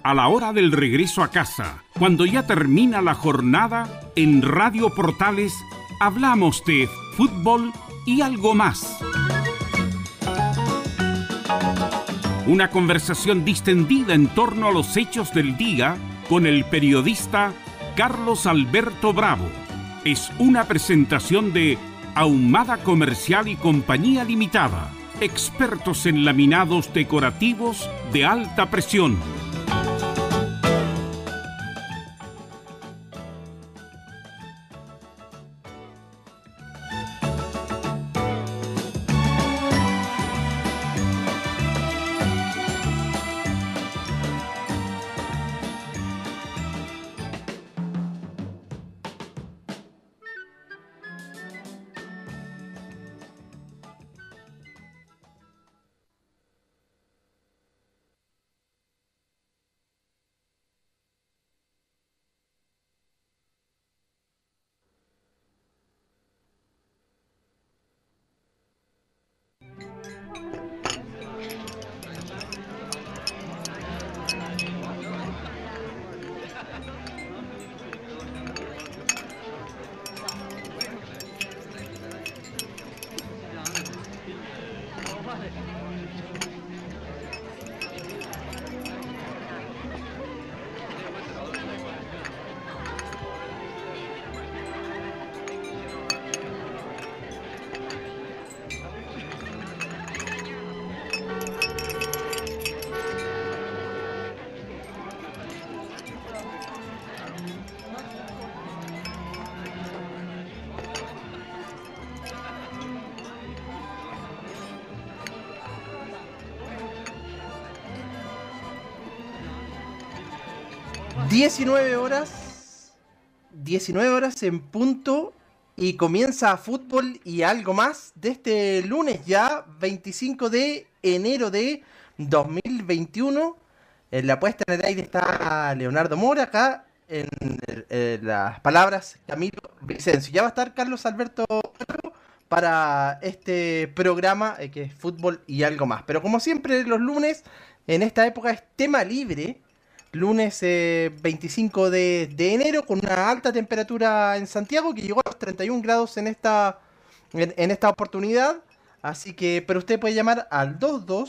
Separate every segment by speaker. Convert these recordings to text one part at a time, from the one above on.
Speaker 1: a la hora del regreso a casa, cuando ya termina la jornada, en Radio Portales hablamos de fútbol y algo más. Una conversación distendida en torno a los hechos del día con el periodista Carlos Alberto Bravo. Es una presentación de Ahumada Comercial y Compañía Limitada, expertos en laminados decorativos de alta presión.
Speaker 2: ...19 horas en punto... ...y comienza fútbol y algo más... ...de este lunes ya... ...25 de enero de 2021... ...en la puesta en el aire está Leonardo Mora... ...acá en las palabras Camilo Vicencio... ...ya va a estar Carlos Alberto para este programa... ...que es fútbol y algo más... ...pero como siempre los lunes... ...en esta época es tema libre... Lunes 25 de enero con una alta temperatura en Santiago que llegó a los 31 grados en esta oportunidad. Así que, pero usted puede llamar al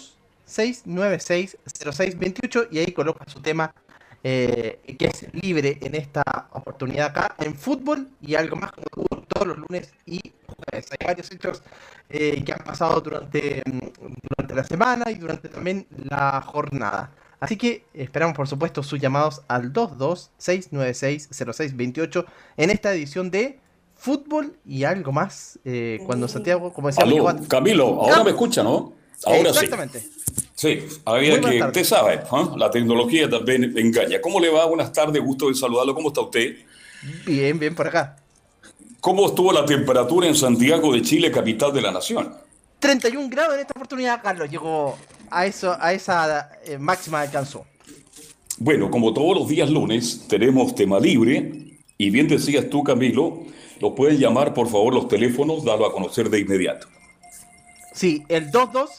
Speaker 2: 226960628 y ahí coloca su tema que es libre en esta oportunidad acá en fútbol y algo más como todos los lunes y jueves. Hay varios hechos que han pasado durante la semana y durante también la jornada. Así que esperamos, por supuesto, sus llamados al 226960628 en esta edición de Fútbol y algo más. Cuando Santiago, como decía...
Speaker 3: Aló, Camilo, ahora me escucha, ¿no? Ahora
Speaker 2: exactamente.
Speaker 3: Sí, había que... Usted sabe, ¿eh? La tecnología también engaña. ¿Cómo le va? Buenas tardes, gusto de saludarlo. ¿Cómo está usted?
Speaker 2: Bien, bien por acá.
Speaker 3: ¿Cómo estuvo la temperatura en Santiago de Chile, capital de la nación?
Speaker 2: 31 grados en esta oportunidad, Carlos. Llegó a esa máxima alcanzó.
Speaker 3: Bueno, como todos los días lunes, tenemos tema libre. Y bien decías tú, Camilo, los pueden llamar, por favor, los teléfonos, darlo a conocer de inmediato.
Speaker 2: Sí, el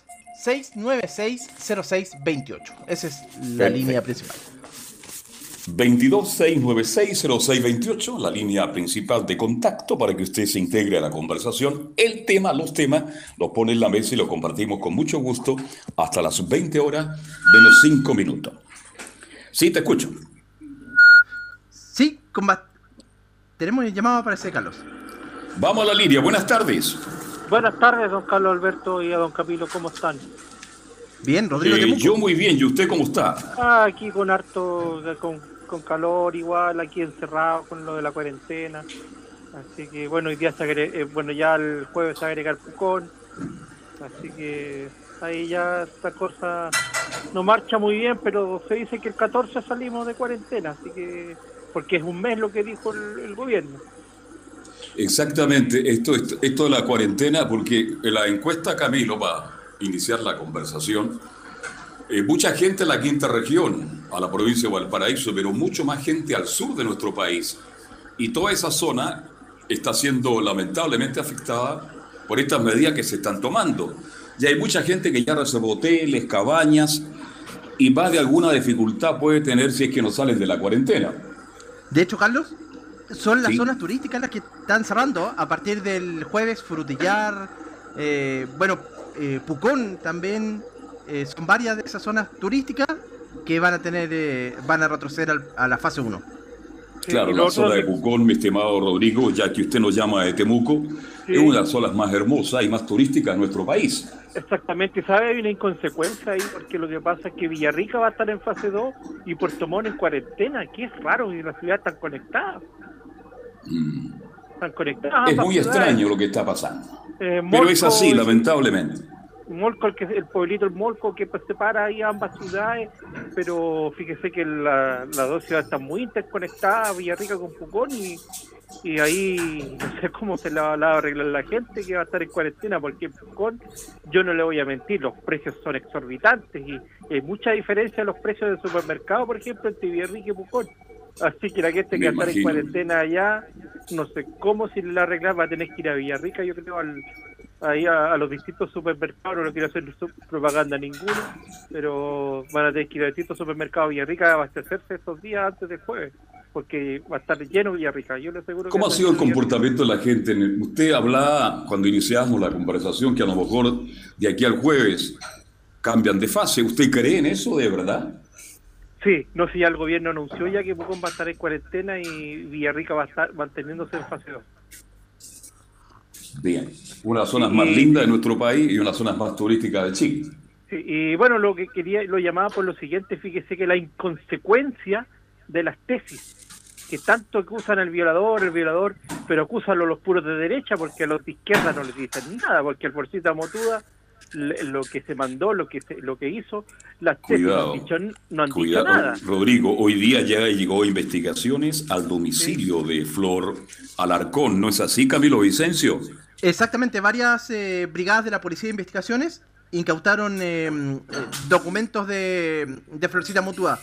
Speaker 2: 226960628. Esa es la línea principal.
Speaker 3: 226960628, la línea principal de contacto para que usted se integre a la conversación. Los temas los pone en la mesa y los compartimos con mucho gusto hasta las 20 horas menos 5 minutos. Sí, te escucho.
Speaker 2: Sí, tenemos el llamado para ese Carlos.
Speaker 3: Vamos a la línea, buenas tardes.
Speaker 4: Buenas tardes, don Carlos Alberto y a don Camilo, ¿cómo están?
Speaker 2: Bien, Rodrigo.
Speaker 3: Yo muy bien, ¿y usted cómo está?
Speaker 4: Aquí con harto, con calor igual, aquí encerrado con lo de la cuarentena. Así que bueno, hoy día ya el jueves se agrega el Pucón. Así que ahí ya esta cosa no marcha muy bien, pero se dice que el 14 salimos de cuarentena, así que porque es un mes lo que dijo el gobierno.
Speaker 3: Exactamente, esto de la cuarentena, porque en la encuesta, Camilo, va iniciar la conversación, mucha gente en la quinta región, a la provincia de Valparaíso, pero mucho más gente al sur de nuestro país. Y toda esa zona está siendo lamentablemente afectada por estas medidas que se están tomando. Ya hay mucha gente que ya reservó hoteles, cabañas, y más de alguna dificultad puede tener si es que no salen de la cuarentena.
Speaker 2: De hecho, Carlos, son las
Speaker 3: Sí.
Speaker 2: zonas turísticas las que están cerrando a partir del jueves. Frutillar, Pucón también, son varias de esas zonas turísticas que van a retroceder a la fase 1.
Speaker 4: Sí,
Speaker 3: Claro,
Speaker 4: y lo
Speaker 3: la
Speaker 4: otro
Speaker 3: zona de
Speaker 4: que-
Speaker 3: Pucón, mi estimado Rodrigo, ya que usted nos llama de Temuco,
Speaker 4: Sí.
Speaker 3: es una de las zonas más hermosas y más turísticas de nuestro país.
Speaker 4: Exactamente, ¿sabe? Hay una inconsecuencia ahí, porque lo que pasa es que Villarrica va a estar en fase 2 y Puerto Montt en cuarentena, que es raro, y las ciudades están conectadas. Están conectadas
Speaker 3: Es
Speaker 4: ambas
Speaker 3: muy
Speaker 4: ciudades.
Speaker 3: extraño lo que está pasando. Pero
Speaker 4: Molco
Speaker 3: es así,
Speaker 4: y-
Speaker 3: lamentablemente.
Speaker 4: Molco, el pueblito el Molco, que pues, separa ahí ambas ciudades, pero fíjese que las dos ciudades están muy interconectadas, Villarrica con Pucón, y ahí no sé cómo la va a arreglar la gente que va a estar en cuarentena, porque en Pucón, yo no le voy a mentir, los precios son exorbitantes y hay mucha diferencia en los precios del supermercado, por ejemplo, entre Villarrica y Pucón. Así que la gente que va a estar en
Speaker 3: imagino.
Speaker 4: cuarentena allá, no sé cómo si le la arreglar, va a tener que ir a Villarrica, yo creo, ahí a los distintos supermercados. No quiero hacer propaganda ninguno, pero van a tener que ir a distintos supermercados de Villarrica a abastecerse estos días antes del jueves, porque va a estar lleno Villarrica, yo le aseguro.
Speaker 3: ¿Cómo ha
Speaker 4: que
Speaker 3: sido el
Speaker 4: va a estar
Speaker 3: comportamiento de la gente? Usted hablaba cuando iniciamos la conversación que a lo mejor de aquí al jueves cambian de fase. ¿Usted cree en eso de verdad?
Speaker 4: Sí, no sé, ya el gobierno anunció ya que Pucón va a estar en cuarentena y Villarrica va a estar manteniéndose en fase 2.
Speaker 3: Bien, una de las zonas más lindas de nuestro país y una de las zonas más turísticas de Chile.
Speaker 4: Sí, y bueno, lo que quería, lo llamaba por lo siguiente, fíjese que la inconsecuencia de las tesis, que tanto acusan al violador, pero acusan a los puros de derecha, porque a los de izquierda no les dicen nada, porque el Forcita Motuda, lo que se mandó, lo que hizo, las tesis
Speaker 3: Cuidado,
Speaker 4: no han dicho
Speaker 3: cuidado.
Speaker 4: nada.
Speaker 3: Rodrigo, hoy día ya llegó investigaciones al domicilio de Flor Alarcón, ¿no es así, Camilo Vicencio?
Speaker 2: Exactamente, varias brigadas de la Policía de Investigaciones incautaron documentos de Florcita Mutua.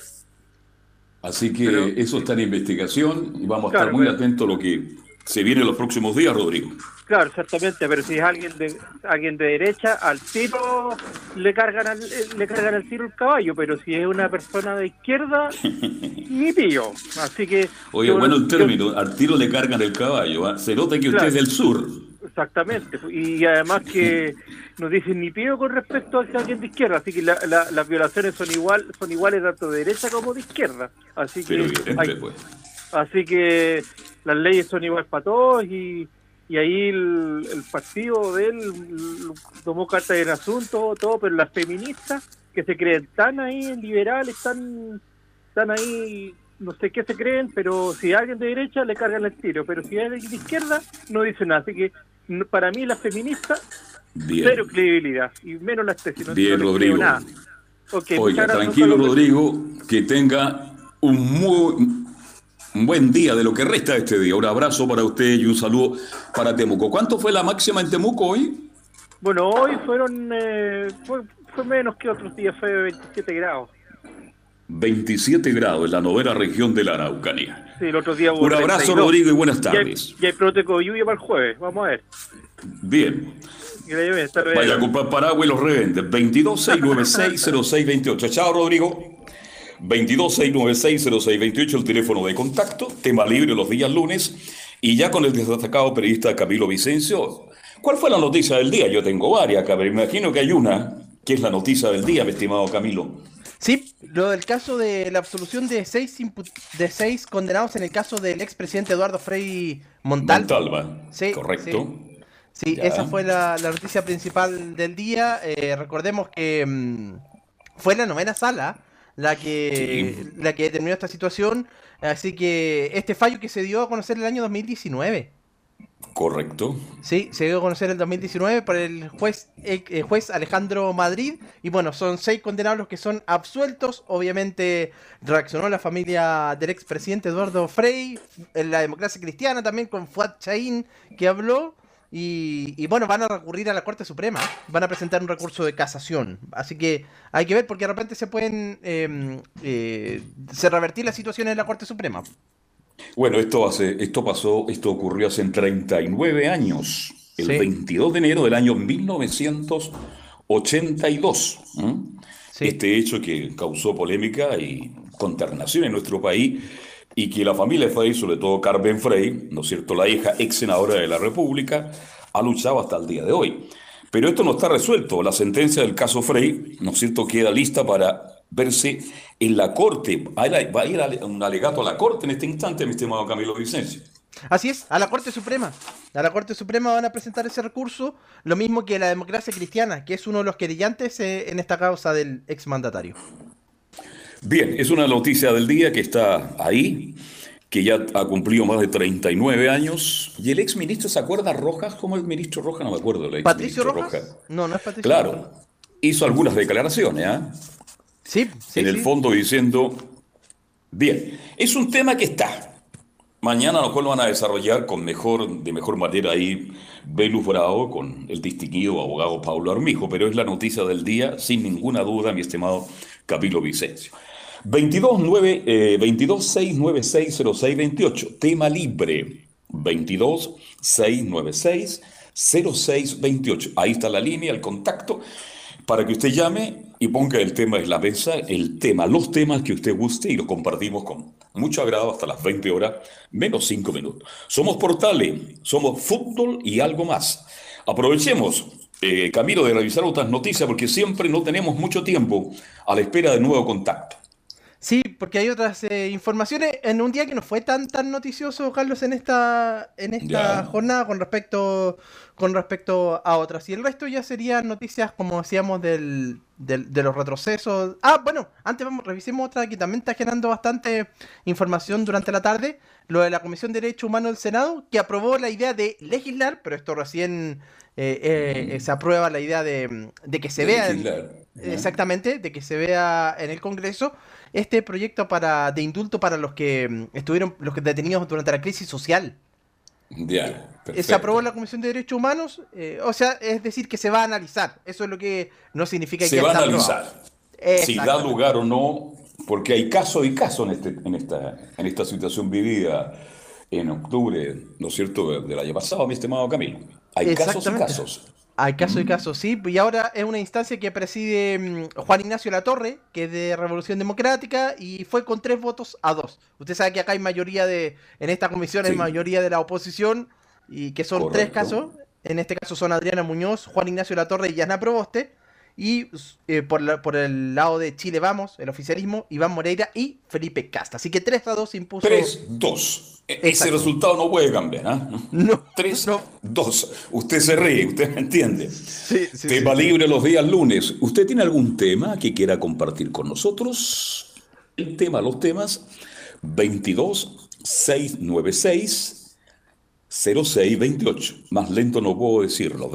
Speaker 3: Así que
Speaker 4: Pero-
Speaker 3: eso está en investigación y vamos a
Speaker 4: Claro,
Speaker 3: estar muy
Speaker 4: pero-
Speaker 3: atentos a lo que se viene en los próximos días, Rodrigo.
Speaker 4: Claro, exactamente, pero si es alguien de derecha, al tiro le cargan al tiro el caballo, pero si es una persona de izquierda, ni pillo. Así que...
Speaker 3: Oye, bueno el término, al tiro le cargan el caballo, ¿ah? Se nota que usted
Speaker 4: Claro.
Speaker 3: es del sur.
Speaker 4: Exactamente, y además que nos dicen ni pío con respecto a alguien de izquierda, así que las violaciones son iguales tanto de derecha como de izquierda, así que
Speaker 3: Pero evidente, pues.
Speaker 4: así que las leyes son iguales para todos y ahí el partido de él tomó carta en el asunto, todo, pero las feministas que se creen tan ahí liberales, están ahí, no sé qué se creen, pero si hay alguien de derecha le cargan el tiro, pero si hay alguien de izquierda no dicen nada, así que para mí las feministas
Speaker 3: Bien.
Speaker 4: cero credibilidad y menos las tesis,
Speaker 3: Bien,
Speaker 4: les creo
Speaker 3: Rodrigo.
Speaker 4: nada. Okay,
Speaker 3: Oiga,
Speaker 4: muchas gracias,
Speaker 3: tranquilo,
Speaker 4: Carlos.
Speaker 3: Rodrigo, que tenga un buen día de lo que resta de este día. Un abrazo para usted y un saludo para Temuco. ¿Cuánto fue la máxima en Temuco hoy?
Speaker 4: Bueno, hoy fue menos que otros días, fue 27 grados.
Speaker 3: 27 grados en la novena región de la Araucanía.
Speaker 4: Sí, el otro día hubo
Speaker 3: Un abrazo,
Speaker 4: 32.
Speaker 3: Rodrigo, y buenas
Speaker 4: Y hay-
Speaker 3: tardes.
Speaker 4: Y hay pronóstico de lluvia para el jueves, vamos a ver.
Speaker 3: Bien.
Speaker 4: Que la lluvia está re-
Speaker 3: Vaya a comprar paraguas y los revende. 22-696-0628. Chao, Rodrigo. 22-696-0628, el teléfono de contacto. Tema libre los días lunes. Y ya con el destacado periodista Camilo Vicencio. ¿Cuál fue la noticia del día? Yo tengo varias, cabrón. Me imagino que hay una que es la noticia del día, mi estimado Camilo.
Speaker 2: Sí, lo del caso de la absolución de seis condenados en el caso del expresidente Eduardo Frei Montalva.
Speaker 3: Montalva.
Speaker 2: Sí,
Speaker 3: Correcto.
Speaker 2: Sí,
Speaker 3: Ya.
Speaker 2: esa fue la noticia principal del día. Recordemos que fue la novena sala la que determinó esta situación. Así que este fallo que se dio a conocer el año 2019.
Speaker 3: Correcto.
Speaker 2: Sí, se dio a conocer el 2019 por el juez Alejandro Madrid. Y bueno, son 6 condenados los que son absueltos. Obviamente reaccionó la familia del expresidente Eduardo Frei, en la democracia cristiana también con Fuad Chaín que habló. Y bueno, van a recurrir a la Corte Suprema. Van a presentar un recurso de casación. Así que hay que ver porque de repente se pueden se revertir las situaciones en la Corte Suprema.
Speaker 3: Bueno, esto ocurrió hace 39 años, el
Speaker 2: Sí.
Speaker 3: 22 de enero del año 1982.
Speaker 2: Sí.
Speaker 3: este hecho que causó polémica y consternación en nuestro país y que la familia Frey, sobre todo Carmen Frey, ¿no es cierto?, la hija ex senadora de la República, ha luchado hasta el día de hoy. Pero esto no está resuelto. La sentencia del caso Frey, ¿no es cierto?, queda lista para verse en la Corte. Va a ir un alegato a la Corte en este instante, mi estimado Camilo Vicencio.
Speaker 2: Así es, a la Corte Suprema. A la Corte Suprema van a presentar ese recurso, lo mismo que la Democracia Cristiana, que es uno de los querellantes en esta causa del exmandatario.
Speaker 3: Bien, es una noticia del día que está ahí, que ya ha cumplido más de 39 años. ¿Y el ex ministro se acuerda Rojas? ¿Cómo el ministro Rojas? No me acuerdo del ex
Speaker 2: ¿Patricio
Speaker 3: ministro
Speaker 2: Rojas? No, no es Patricio
Speaker 3: Claro,
Speaker 2: Rojas.
Speaker 3: hizo algunas declaraciones, ¿ah?
Speaker 2: Sí, sí,
Speaker 3: En el
Speaker 2: sí.
Speaker 3: fondo diciendo, bien, es un tema que está. Mañana a lo mejor lo van a desarrollar de mejor manera ahí Belus Bravo con el distinguido abogado Pablo Armijo, pero es la noticia del día, sin ninguna duda, mi estimado Camilo Vicencio. 22-696-0628, tema libre, 22-696-0628. Ahí está la línea, el contacto, para que usted llame y ponga el tema en la mesa, los temas que usted guste y los compartimos con mucho agrado hasta las 20 horas, menos 5 minutos. Somos Portales, somos fútbol y algo más. Aprovechemos, Camilo, de revisar otras noticias porque siempre no tenemos mucho tiempo a la espera de nuevo contacto.
Speaker 2: Sí, porque hay otras informaciones en un día que no fue tan noticioso, Carlos, en esta
Speaker 3: Ya.
Speaker 2: jornada con respecto a otras. Y el resto ya serían noticias, como decíamos, de los retrocesos. Ah, bueno, antes revisemos otra que también está generando bastante información durante la tarde, lo de la Comisión de Derechos Humanos del Senado, que aprobó la idea de legislar, pero esto recién se aprueba la idea de que se
Speaker 3: De
Speaker 2: vea...
Speaker 3: legislar.
Speaker 2: Exactamente, de que se vea en el Congreso este proyecto de indulto para los que estuvieron detenidos durante la crisis social.
Speaker 3: Ya,
Speaker 2: Se aprobó
Speaker 3: perfecto.
Speaker 2: en la Comisión de Derechos Humanos, o sea, es decir, que se va a analizar. Eso es lo que no significa que
Speaker 3: Se
Speaker 2: ya
Speaker 3: va a
Speaker 2: está aprobado.
Speaker 3: analizar si da
Speaker 2: Exactamente.
Speaker 3: lugar o no, porque hay casos y casos en esta situación vivida en octubre, ¿no es cierto?, del año pasado, mi estimado Camilo. Hay casos y
Speaker 2: Exactamente.
Speaker 3: casos.
Speaker 2: Hay caso y
Speaker 3: ¿Mm?
Speaker 2: caso, sí. Y ahora es una instancia que preside Juan Ignacio Latorre, que es de Revolución Democrática, y fue con 3 votos a 2. Usted sabe que acá hay en esta comisión hay
Speaker 3: Sí,
Speaker 2: mayoría de la oposición, y que son 3 casos.
Speaker 3: correcto.
Speaker 2: En este caso son Adriana Muñoz, Juan Ignacio Latorre y Yasna Proboste. Y por el lado de Chile Vamos, el oficialismo, Iván Moreira y Felipe Casta. Así que 3-2 impuso.
Speaker 3: 3-2. Ese
Speaker 2: Exacto.
Speaker 3: resultado no puede cambiar, ¿ah?
Speaker 2: No,
Speaker 3: Tres,
Speaker 2: no.
Speaker 3: dos. Usted se ríe, usted me entiende.
Speaker 2: Sí, sí, sí,
Speaker 3: Tema
Speaker 2: sí.
Speaker 3: libre los días lunes. ¿Usted tiene algún tema que quiera compartir con nosotros? Los temas 22-696-0628. Más lento no puedo decirlo.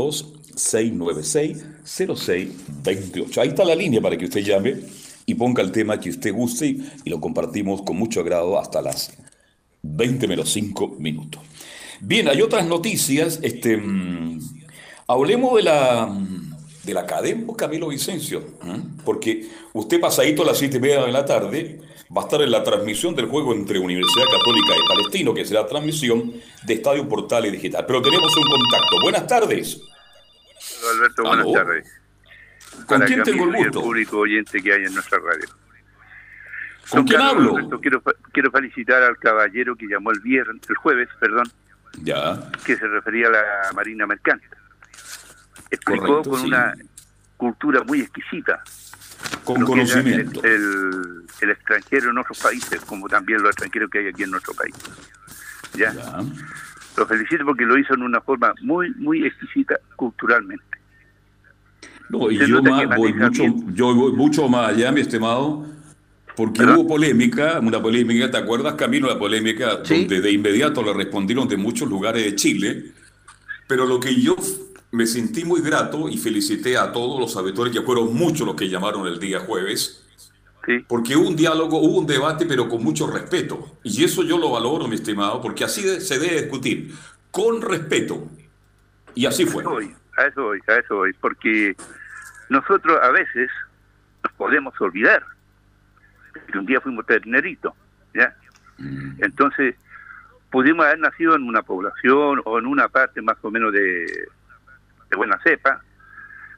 Speaker 3: 22-696-0628. Ahí está la línea para que usted llame y ponga el tema que usted guste y lo compartimos con mucho agrado hasta las 20 menos 5 minutos. Bien, hay otras noticias. Hablemos de la Cadem, Camilo Vicencio, ¿eh? Porque usted pasadito a las 7:30 de la tarde va a estar en la transmisión del juego entre Universidad Católica y Palestino, que será transmisión de Estadio Portales Digital. Pero tenemos un contacto. Buenas tardes.
Speaker 5: Hola, Alberto, buenas
Speaker 3: ¿Aló?
Speaker 5: tardes.
Speaker 3: ¿Con
Speaker 5: Para
Speaker 3: quién tengo el
Speaker 5: Camilo y el
Speaker 3: gusto?
Speaker 5: público oyente que hay en nuestra radio.
Speaker 3: ¿Con
Speaker 5: Don
Speaker 3: quién
Speaker 5: Carlos,
Speaker 3: hablo?
Speaker 5: Alberto, quiero felicitar al caballero que llamó el jueves,
Speaker 3: Ya,
Speaker 5: que se refería a la Marina Mercante. Explicó
Speaker 3: correcto,
Speaker 5: con
Speaker 3: sí.
Speaker 5: una cultura muy exquisita
Speaker 3: Con
Speaker 5: lo que era
Speaker 3: conocimiento.
Speaker 5: el extranjero en otros países, como también los extranjeros que hay aquí en nuestro país. ¿Ya?
Speaker 3: Ya.
Speaker 5: Lo felicito porque lo hizo en una forma muy, muy exquisita culturalmente.
Speaker 3: No, y
Speaker 5: Se
Speaker 3: yo
Speaker 5: nota que maneja
Speaker 3: yo voy mucho más allá, mi estimado, porque
Speaker 5: ¿Perdón?
Speaker 3: hubo una polémica, ¿te acuerdas, Camilo? La polémica
Speaker 2: Sí.
Speaker 3: donde de inmediato le respondieron de muchos lugares de Chile, pero lo que yo me sentí muy grato y felicité a todos los auditores, que fueron muchos los que llamaron el día jueves,
Speaker 5: Sí.
Speaker 3: porque hubo un diálogo, hubo un debate, pero con mucho respeto. Y eso yo lo valoro, mi estimado, porque así se debe discutir, con respeto. Y así fue.
Speaker 5: A eso voy, porque nosotros a veces nos podemos olvidar que un día fuimos ternerito, ¿ya? Entonces, pudimos haber nacido en una población o en una parte más o menos de buena cepa,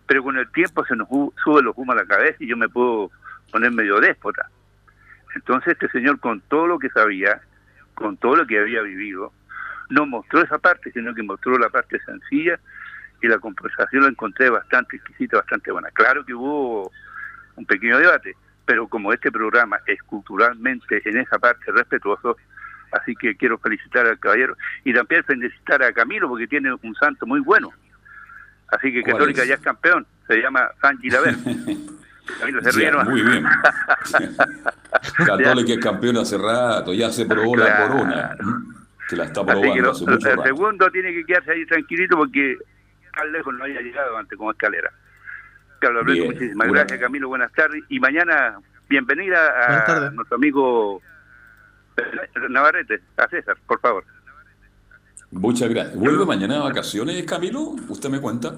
Speaker 5: pero con el tiempo se nos sube los humos a la cabeza y yo me puedo poner medio déspota. Entonces este señor, con todo lo que sabía, con todo lo que había vivido, no mostró esa parte, sino que mostró la parte sencilla, y la conversación la encontré bastante exquisita, bastante buena. Claro que hubo un pequeño debate, pero como este programa es culturalmente en esa parte respetuoso, así que quiero felicitar al caballero y también felicitar a Camilo, porque tiene un santo muy bueno. Así que Católica ya es campeón, se llama San Gilabert. Camilo se ríe, ¿no?
Speaker 3: Muy bien. Católica es campeón hace rato, ya se probó la corona, que la está probando hace mucho rato.
Speaker 5: El segundo tiene que quedarse ahí tranquilito porque tan lejos no haya llegado antes como escalera. Carlos Alberto, muchísimas gracias, Camilo, buenas tardes. Y mañana, bienvenida a nuestro amigo Navarrete, a César, por favor.
Speaker 3: Muchas gracias. ¿Vuelve mañana de vacaciones, Camilo? ¿Usted me cuenta?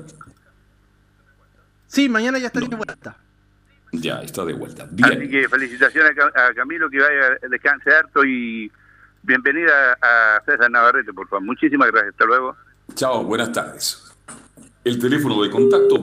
Speaker 2: Sí, mañana ya está de vuelta.
Speaker 3: Ya, está de vuelta. Bien.
Speaker 5: Así que felicitaciones a Camilo, que vaya, descanse harto, y bienvenida a César Navarrete, por favor. Muchísimas gracias, hasta luego.
Speaker 3: Chao, buenas tardes. El teléfono de contacto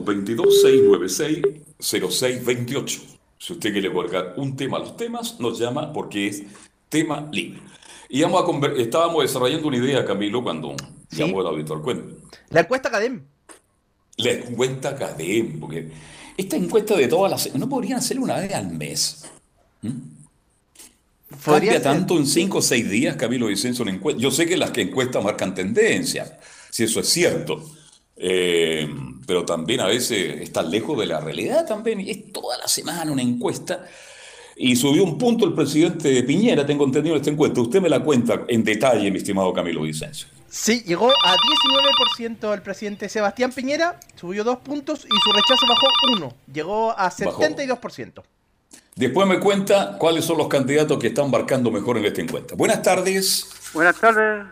Speaker 3: 22696-0628. Si usted quiere colgar un tema a los temas, nos llama porque es tema libre. Y estábamos desarrollando una idea, Camilo, cuando llamó el auditor.
Speaker 2: La encuesta CADEM.
Speaker 3: La encuesta CADEM, porque esta encuesta de todas las... ¿No podrían hacerla una vez al mes? ¿Cambia tanto en 5 o 6 días, Camilo Vicencio, una encuesta? Yo sé que las encuestas marcan tendencias, si eso es cierto. Pero también a veces está lejos de la realidad también, y es toda la semana una encuesta, y subió un punto el presidente Piñera, tengo entendido, en esta encuesta. Usted me la cuenta en detalle, mi estimado Camilo Vicencio.
Speaker 2: Sí, llegó a 19% el presidente Sebastián Piñera, subió 2 puntos y su rechazo bajó 1, llegó a 72%.
Speaker 3: Después me cuenta cuáles son los candidatos que están marcando mejor en esta encuesta. Buenas tardes.
Speaker 4: Buenas tardes,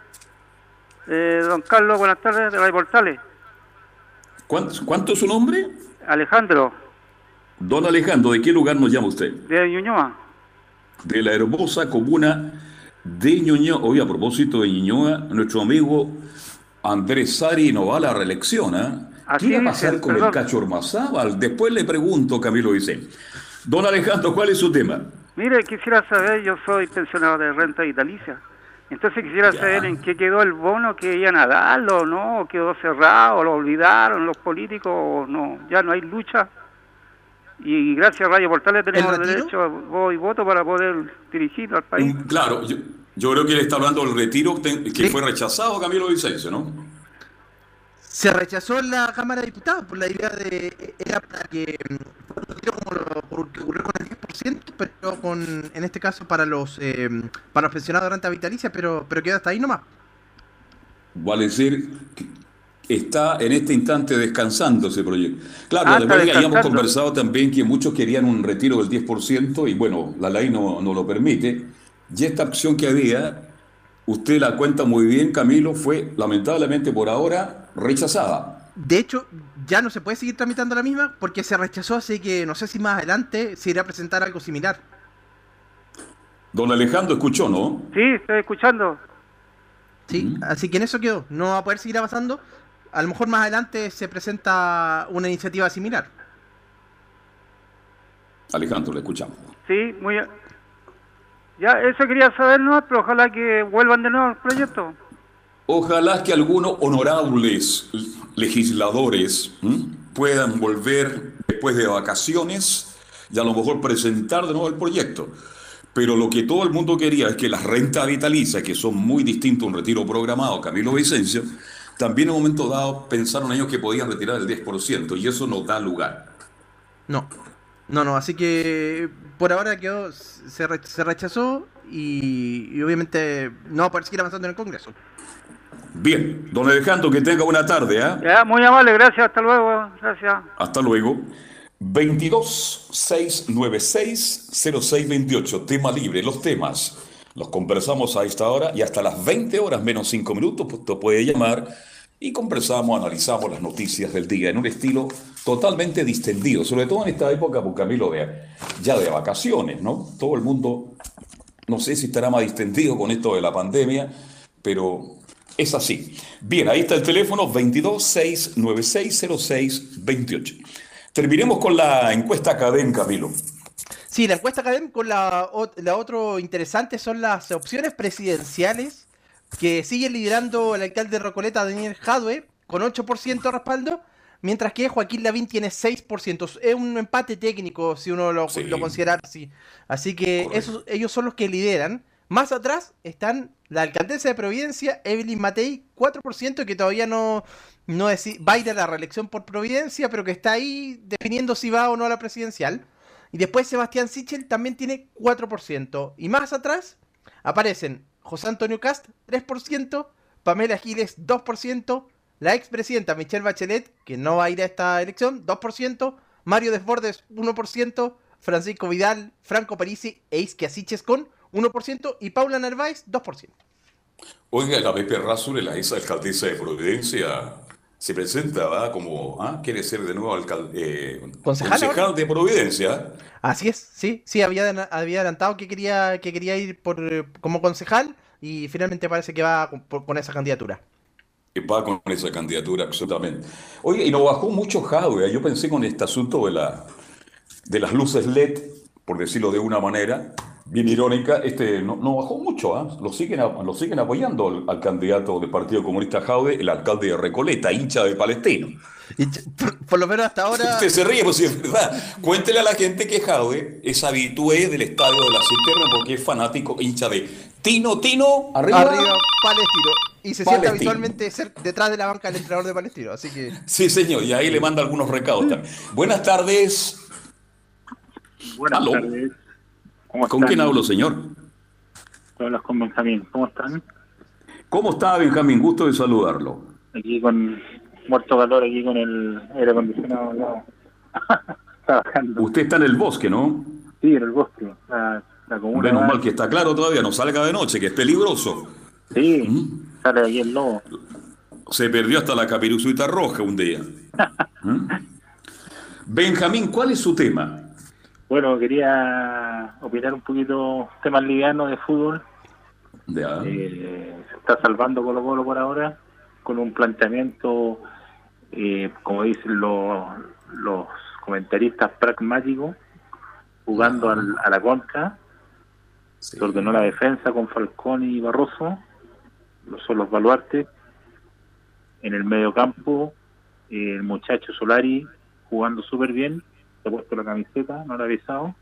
Speaker 4: don Carlos, buenas tardes, de Radio Portales.
Speaker 3: ¿Cuánto es su nombre?
Speaker 4: Alejandro.
Speaker 3: Don Alejandro, ¿de qué lugar nos llama usted?
Speaker 4: De Ñuñoa.
Speaker 3: De la hermosa comuna de Ñuñoa. Hoy, a propósito de Ñuñoa, nuestro amigo Andrés Sari no va a la reelección, ¿eh? ¿Qué va a pasar con el Cacho Ormazábal? Después le pregunto, Camilo Vicente. Don Alejandro, ¿cuál es su tema?
Speaker 4: Mire, quisiera saber, yo soy pensionado de renta vitalicia. Entonces quisiera saber en qué quedó el bono, que iban a darlo, ¿no? ¿Quedó cerrado? ¿Lo olvidaron los políticos? ¿O no? Ya no hay lucha. Y gracias a Radio Portales tenemos derecho a voz y voto para poder dirigir al país.
Speaker 3: Claro, yo creo que él está hablando del retiro que fue rechazado, Camilo Vicencio, ¿no?
Speaker 2: Se rechazó en la Cámara de Diputados por la idea de... Era para que... Como que ocurrió con el 10%, pero en este caso para los pensionados de renta vitalicia, pero queda hasta ahí nomás.
Speaker 3: Vale decir que está en este instante descansando ese proyecto. Claro, después habíamos conversado también que muchos querían un retiro del 10% y bueno, la ley no lo permite. Y esta opción que había, usted la cuenta muy bien, Camilo, fue lamentablemente por ahora rechazada.
Speaker 2: De hecho, ya no se puede seguir tramitando la misma porque se rechazó, así que no sé si más adelante se irá a presentar algo similar.
Speaker 3: Don Alejandro, ¿escuchó, no?
Speaker 4: Sí, estoy escuchando.
Speaker 2: Sí, así que en eso quedó. No va a poder seguir avanzando. A lo mejor más adelante se presenta una iniciativa similar.
Speaker 3: Alejandro, le escuchamos.
Speaker 4: Sí, muy bien. Ya, eso quería saber, ¿no? Pero ojalá que vuelvan de nuevo al proyecto.
Speaker 3: Ojalá que algunos honorables legisladores puedan volver después de vacaciones y a lo mejor presentar de nuevo el proyecto. Pero lo que todo el mundo quería es que las rentas vitalicias, que son muy distintas a un retiro programado, Camilo Vicencio, también en un momento dado pensaron ellos que podían retirar el 10% y eso no da lugar.
Speaker 2: No, así que por ahora se rechazó y obviamente no va a poder seguir avanzando en el Congreso.
Speaker 3: Bien, don Alejandro, que tenga buena tarde.
Speaker 4: Ya, muy amable, gracias, hasta luego, gracias.
Speaker 3: Hasta luego. 22-696-0628, tema libre, los temas. Los conversamos a esta hora y hasta las 20 horas menos 5 minutos, pues te puede llamar y conversamos, analizamos las noticias del día en un estilo totalmente distendido, sobre todo en esta época, por Camilo, ya de vacaciones, ¿no? Todo el mundo, no sé si estará más distendido con esto de la pandemia, pero es así. Bien, ahí está el teléfono 22-696-0628. Terminemos con la encuesta Cadem, Camilo.
Speaker 2: Sí, la encuesta Academ con la otro interesante son las opciones presidenciales que sigue liderando el alcalde de Recoleta, Daniel Jadwe, con 8% de respaldo, mientras que Joaquín Lavín tiene 6%. Es un empate técnico si uno lo considera así. Así que ellos son los que lideran. Más atrás están la alcaldesa de Providencia, Evelyn Matei, 4%, que todavía no va a ir a la reelección por Providencia, pero que está ahí definiendo si va o no a la presidencial. Y después Sebastián Sichel también tiene 4%. Y más atrás aparecen José Antonio Cast, 3%, Pamela Giles, 2%, la expresidenta Michelle Bachelet, que no va a ir a esta elección, 2%, Mario Desbordes, 1%, Francisco Vidal, Franco Parisi e Isquia Siches con 1% y Paula Narváez, 2%.
Speaker 3: Oiga, la Pepe Razzure, la ex alcaldesa de Providencia, se presenta, ¿va? Como, quiere ser de nuevo concejal de Providencia.
Speaker 2: Así es, sí, había adelantado que quería ir como concejal y finalmente parece que va con esa candidatura.
Speaker 3: Va con esa candidatura, absolutamente. Oye, y nos bajó mucho Jadwe. Yo pensé con este asunto de las luces LED, por decirlo de una manera, bien irónica, no bajó mucho, Lo siguen apoyando al candidato del Partido Comunista Jadwe, el alcalde de Recoleta, hincha de Palestino.
Speaker 2: Y por lo menos hasta ahora...
Speaker 3: Usted se ríe, pues sí, es verdad. Cuéntele a la gente que Jadwe es habitué del estadio de la Cisterna porque es fanático, hincha de Tino, arriba
Speaker 2: Palestino. Y se siente habitualmente detrás de la banca del entrenador de Palestino, así que...
Speaker 3: Sí, señor, y ahí le manda algunos recados también. Buenas tardes.
Speaker 6: Buenas tardes.
Speaker 3: ¿Con quién hablo, señor?
Speaker 6: Hablas con Benjamín. ¿Cómo están?
Speaker 3: ¿Cómo está, Benjamín? Gusto de saludarlo.
Speaker 6: Aquí con muerto calor, aquí con el aire acondicionado. No. Trabajando.
Speaker 3: Usted está en el bosque, ¿no?
Speaker 6: Sí, en el bosque. La comuna.
Speaker 3: Menos mal que está claro todavía, no salga de noche, que es peligroso.
Speaker 6: Sí, sale aquí el lobo.
Speaker 3: Se perdió hasta la caperucita roja un día. Benjamín, ¿cuál es su tema?
Speaker 6: Bueno, quería opinar un poquito temas livianos de fútbol.
Speaker 3: Ya.
Speaker 6: Se está salvando Colo-Colo por ahora con un planteamiento, como dicen los comentaristas, pragmático, jugando a la contra. Sí. Se ordenó la defensa con Falcón y Barroso, son los baluartes. En el medio campo, el muchacho Solari jugando súper bien. Se ha puesto la camiseta, no la ha avisado.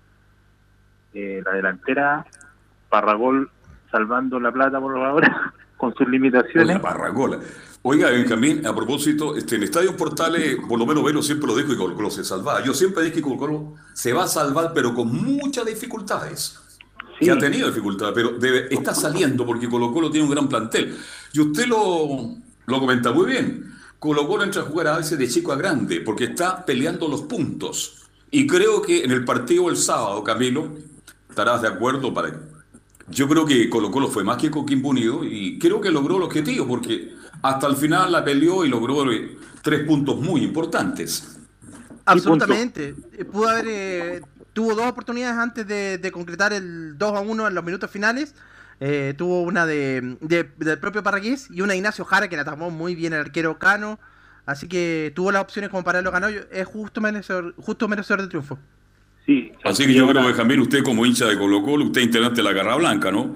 Speaker 6: La delantera, Parragol salvando la plata por ahora, con sus limitaciones.
Speaker 3: Oiga, Parragol. Oiga, Benjamín, a propósito, el Estadio Portales, por lo menos Velo siempre lo dijo y Colo-Colo se salvaba. Yo siempre dije que Colo-Colo se va a salvar, pero con muchas dificultades. Sí. Que ha tenido dificultades, pero está saliendo porque Colo-Colo tiene un gran plantel. Y usted lo comenta muy bien. Colo-Colo entra a jugar a veces de chico a grande porque está peleando los puntos. Y creo que en el partido del sábado, Camilo, estarás de acuerdo Yo creo que Colo-Colo fue más que Coquimbo Unido y creo que logró el objetivo porque hasta el final la peleó y logró 3 puntos muy importantes.
Speaker 2: Absolutamente. Tuvo 2 oportunidades antes de concretar el 2-1 en los minutos finales. Tuvo una del propio Parragués y una de Ignacio Jara que la tapó muy bien el arquero Cano. Así que tuvo las opciones como para haberlo ganado. Es justo merecedor de triunfo.
Speaker 6: Sí.
Speaker 3: Así que yo creo, Benjamín, usted como hincha de Colo-Colo, usted integrante de la Garra Blanca, ¿no?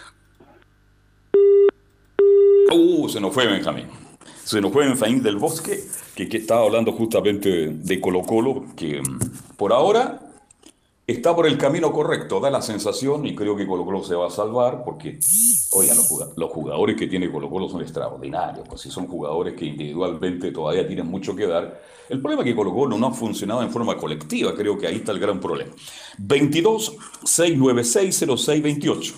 Speaker 3: Se nos fue Benjamín. Se nos fue Benjamín del Bosque, que estaba hablando justamente de Colo-Colo, que por ahora está por el camino correcto, da la sensación, y creo que Colo-Colo se va a salvar, porque, oigan, los jugadores que tiene Colo-Colo son extraordinarios, pues si son jugadores que individualmente todavía tienen mucho que dar. El problema es que Colo-Colo no ha funcionado en forma colectiva, creo que ahí está el gran problema. 22-696-0628.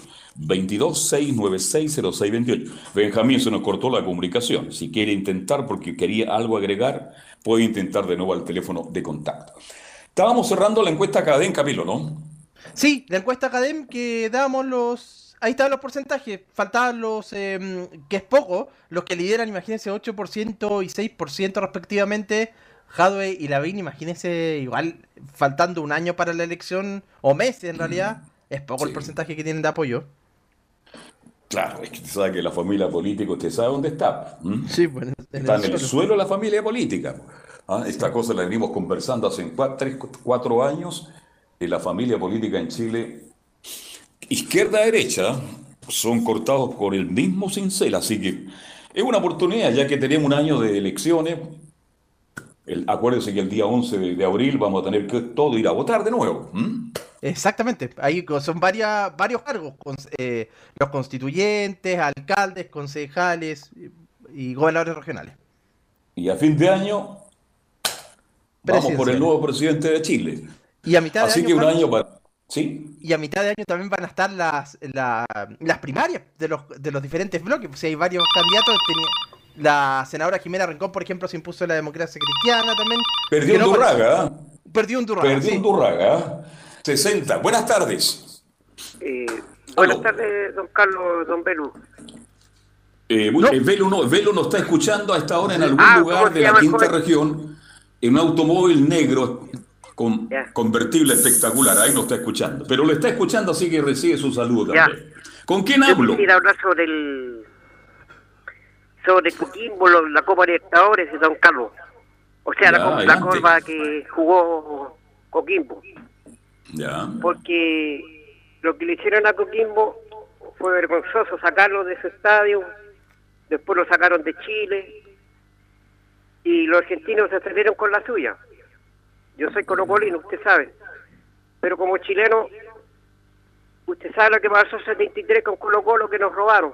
Speaker 3: 22-696-0628. Benjamín, se nos cortó la comunicación. Si quiere intentar, porque quería algo agregar, puede intentar de nuevo al teléfono de contacto. Estábamos cerrando la encuesta Cadem, Camilo, ¿no?
Speaker 2: Sí, la encuesta Cadem que dábamos ahí estaban los porcentajes, faltaban que es poco, los que lideran, imagínense, 8% y 6% respectivamente, Jadwe y Lavín, imagínense, igual faltando un año para la elección, o meses en realidad, es poco el porcentaje que tienen de apoyo.
Speaker 3: Claro, es que usted sabe que la familia política, usted sabe dónde está.
Speaker 2: Sí, bueno,
Speaker 3: está en el suelo la familia política. Esta cosa la venimos conversando hace 4 años. La familia política en Chile, izquierda-derecha, son cortados por el mismo cincel. Así que es una oportunidad, ya que tenemos un año de elecciones. Acuérdense que el día 11 de abril vamos a tener que todo ir a votar de nuevo.
Speaker 2: Exactamente, ahí son varios cargos, los constituyentes, alcaldes, concejales y gobernadores regionales.
Speaker 3: Y a fin de año vamos por el nuevo presidente de Chile.
Speaker 2: Y a mitad de
Speaker 3: Así
Speaker 2: año,
Speaker 3: que un
Speaker 2: Carlos,
Speaker 3: año para... ¿Sí?
Speaker 2: y a mitad de año también van a estar las primarias de los diferentes bloques. Si hay varios candidatos, la senadora Jimena Rincón, por ejemplo, se impuso en la democracia cristiana también.
Speaker 3: Perdió en Durraga.
Speaker 2: Perdió en Durraga.
Speaker 3: Perdió en Durraga. 60. Buenas tardes.
Speaker 7: Buenas tardes, don Carlos, don Belu.
Speaker 3: Velo nos está escuchando a esta hora en algún lugar de la quinta región, en un automóvil negro convertible espectacular. Ahí nos está escuchando. Pero lo está escuchando, así que recibe su saludo también. ¿Con quién hablo?
Speaker 7: Yo quisiera hablar sobre Coquimbo, la Copa Libertadores de don Carlos. O sea, la Copa que jugó Coquimbo.
Speaker 3: Ya.
Speaker 7: Porque lo que le hicieron a Coquimbo fue vergonzoso, sacarlo de su estadio, después lo sacaron de Chile y los argentinos se salieron con la suya. Yo soy colocolino, usted sabe, pero como chileno, usted sabe lo que pasó en 73 con Colo-Colo, que nos robaron.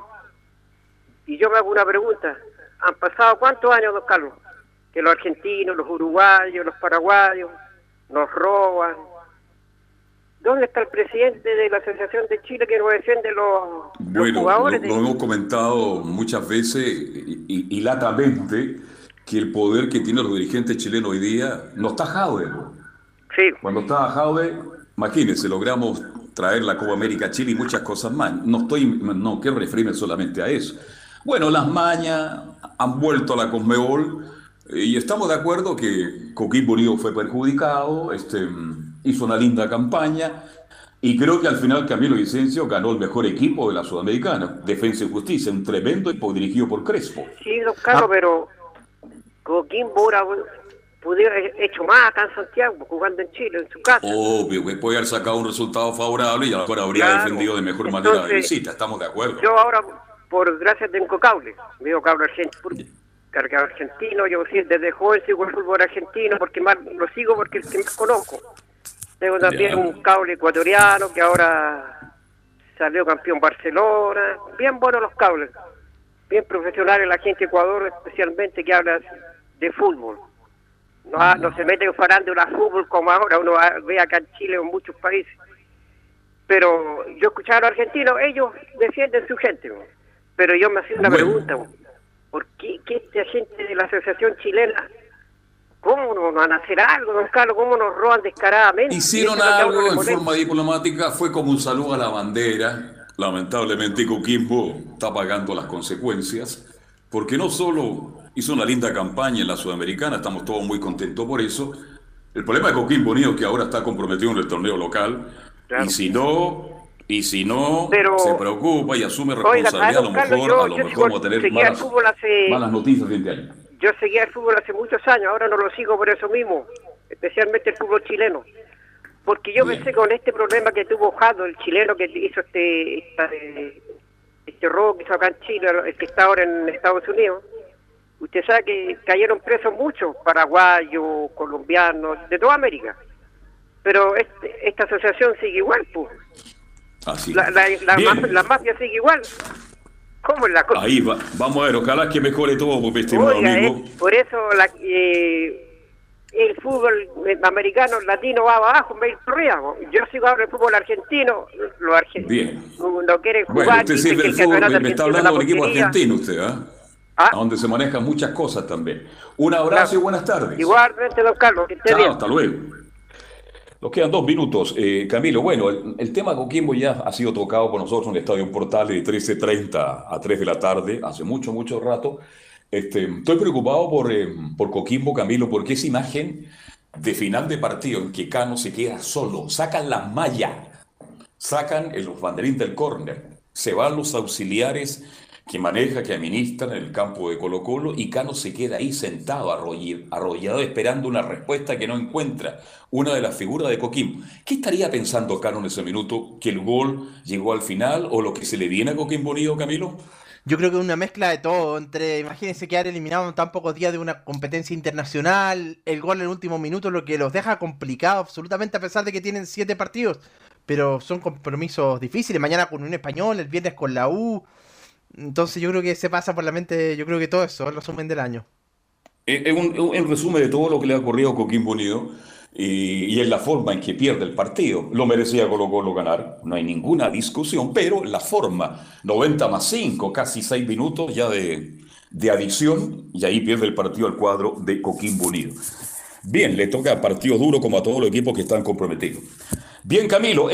Speaker 7: Y yo me hago una pregunta, ¿han pasado cuántos años, don Carlos? Que los argentinos, los uruguayos, los paraguayos nos roban. ¿Dónde está el presidente de la Asociación de Chile que nos defiende los jugadores?
Speaker 3: Lo hemos comentado muchas veces y latamente que el poder que tienen los dirigentes chilenos hoy día no está Jaude.
Speaker 7: Sí.
Speaker 3: Cuando estaba Jaude, imagínense, logramos traer la Copa América a Chile y muchas cosas más. No quiero referirme solamente a eso. Bueno, las mañas han vuelto a la Conmebol y estamos de acuerdo que Coquimbo Unido fue perjudicado, hizo una linda campaña y creo que al final Camilo Vicencio ganó el mejor equipo de la Sudamericana, Defensa y Justicia, un tremendo equipo dirigido por Crespo.
Speaker 7: Sí, don Carlos, pero Coquimbo ahora pudiera haber hecho más acá en Santiago, jugando en Chile, en su casa.
Speaker 3: Obvio, que puede haber sacado un resultado favorable y ahora habría defendido de mejor manera la visita, estamos de acuerdo.
Speaker 7: Yo ahora, por gracias, tengo cable, veo cable argentino, cargado argentino, yo sí, desde joven sigo el fútbol argentino, porque más lo sigo porque es el que más conozco. Tengo también un cable ecuatoriano que ahora salió campeón Barcelona, bien buenos los cables, bien profesionales la gente de Ecuador, especialmente que habla de fútbol. No se mete en farándula fútbol como ahora uno ve acá en Chile o en muchos países. Pero yo escuchaba a los argentinos, ellos defienden su gente. Pero yo me hacía una pregunta, ¿por qué esta gente de la Asociación Chilena, cómo no van a hacer algo, don Carlos? ¿Cómo nos roban descaradamente?
Speaker 3: Hicieron algo en forma diplomática, fue como un saludo a la bandera. Lamentablemente Coquimbo está pagando las consecuencias, porque no solo hizo una linda campaña en la Sudamericana, estamos todos muy contentos por eso. El problema de Coquimbo Unido es que ahora está comprometido en el torneo local, claro. y si no pero, se preocupa y asume responsabilidad, a lo mejor vamos a tener malas noticias de año.
Speaker 7: Yo seguía el fútbol hace muchos años, ahora no lo sigo por eso mismo, especialmente el fútbol chileno. Porque yo pensé con este problema que tuvo Jado, el chileno que hizo este robo que hizo acá en Chile, el que está ahora en Estados Unidos, usted sabe que cayeron presos muchos, paraguayos, colombianos, de toda América. Pero esta asociación sigue igual, pues.
Speaker 3: Así.
Speaker 7: La mafia sigue igual. ¿Cómo es la cosa?
Speaker 3: Ahí va. Vamos a ver, ojalá que mejore todo, porque estimado amigo.
Speaker 7: Por eso el fútbol americano, latino va abajo, me corría. Yo sigo ahora el fútbol argentino, los argentinos no quieren jugar.
Speaker 3: Bueno, usted sirve el fútbol, me está hablando del equipo argentino usted, ¿ah? Donde se manejan muchas cosas también. Un abrazo y buenas tardes.
Speaker 7: Igualmente, don Carlos, que esté bien.
Speaker 3: Hasta luego. Nos quedan 2 minutos. Camilo, bueno, el tema Coquimbo ya ha sido tocado por nosotros en el Estadio Portales de 13:30 a 3 de la tarde, hace mucho rato. Estoy preocupado por Coquimbo, Camilo, porque esa imagen de final de partido en que Cano se queda solo, sacan las mallas, sacan los banderines del córner, se van los auxiliares que maneja, que administra en el campo de Colo-Colo, y Cano se queda ahí sentado, arrollado, esperando una respuesta que no encuentra. Una de las figuras de Coquimbo. ¿Qué estaría pensando Cano en ese minuto? ¿Que el gol llegó al final o lo que se le viene a Coquimbo Unido, Camilo?
Speaker 2: Yo creo que es una mezcla de todo, imagínense quedar eliminado en tan pocos días de una competencia internacional, el gol en el último minuto, lo que los deja complicado absolutamente a pesar de que tienen 7 partidos, pero son compromisos difíciles, mañana con un Español, el viernes con la U, entonces yo creo que se pasa por la mente, yo creo que todo eso, el resumen del año.
Speaker 3: Es un resumen de todo lo que le ha ocurrido a Coquimbo Unido y es la forma en que pierde el partido. Lo merecía Colo-Colo ganar, no hay ninguna discusión, pero la forma, 90+5, casi 6 minutos ya de adición, y ahí pierde el partido al cuadro de Coquimbo Unido. Bien, le toca partido duro como a todos los equipos que están comprometidos. Bien, Camilo,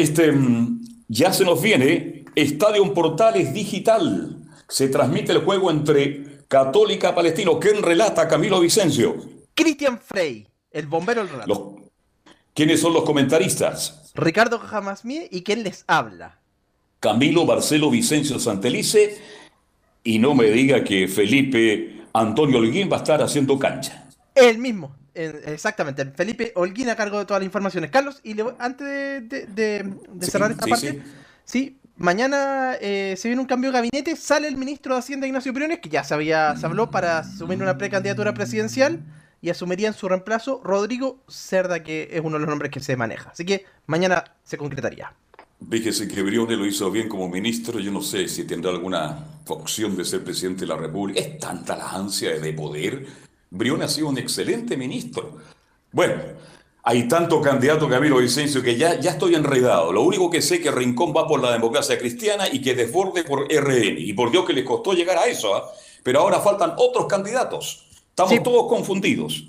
Speaker 3: ya se nos viene Estadio Portales Digital. Se transmite el juego entre Católica Palestino. ¿Quién relata, Camilo Vicencio?
Speaker 2: Cristian Frey, el bombero del relato.
Speaker 3: ¿Quiénes son los comentaristas?
Speaker 2: Ricardo Jamasmie y ¿quién les habla?
Speaker 3: Camilo Marcelo Vicencio Santelice, y no me diga que Felipe Antonio Holguín va a estar haciendo cancha.
Speaker 2: El mismo, exactamente, Felipe Holguín a cargo de todas las informaciones. Carlos, y antes de cerrar esta parte, sí, mañana se viene un cambio de gabinete, sale el ministro de Hacienda Ignacio Briones, que ya se habló para asumir una precandidatura presidencial, y asumiría en su reemplazo Rodrigo Cerda, que es uno de los nombres que se maneja. Así que mañana se concretaría.
Speaker 3: Fíjese que Briones lo hizo bien como ministro. Yo no sé si tendrá alguna opción de ser presidente de la República. Es tanta la ansia de poder. Briones ha sido un excelente ministro. Bueno, hay tanto candidato, Camilo Vicencio, que ya estoy enredado. Lo único que sé es que Rincón va por la democracia cristiana y que Desbordes por RN. Y por Dios que les costó llegar a eso, ¿eh? Pero ahora faltan otros candidatos. Estamos todos confundidos.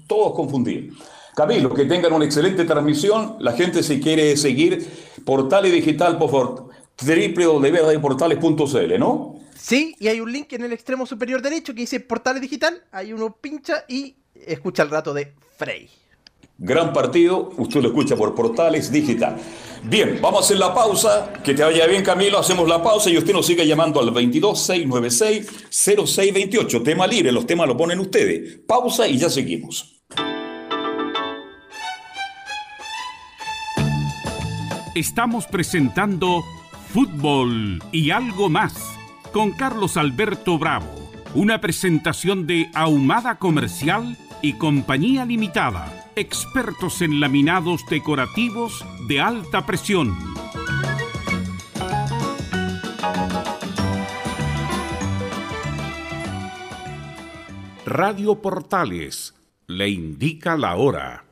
Speaker 3: Camilo, que tengan una excelente transmisión. La gente, si quiere seguir Portales Digital, por favor, www.portales.cl, ¿no?
Speaker 2: Sí, y hay un link en el extremo superior derecho que dice Portales Digital. Ahí uno pincha y escucha el rato de Frey.
Speaker 3: Gran partido, usted lo escucha por Portales Digital. Bien, vamos a hacer la pausa. Que te vaya bien, Camilo. Hacemos la pausa y usted nos sigue llamando al 22-696-0628. Tema libre, los temas lo ponen ustedes. Pausa y ya seguimos.
Speaker 1: Estamos presentando Fútbol y algo más con Carlos Alberto Bravo. Una presentación de Ahumada Comercial y Compañía Limitada. Expertos en laminados decorativos de alta presión. Radio Portales le indica la hora.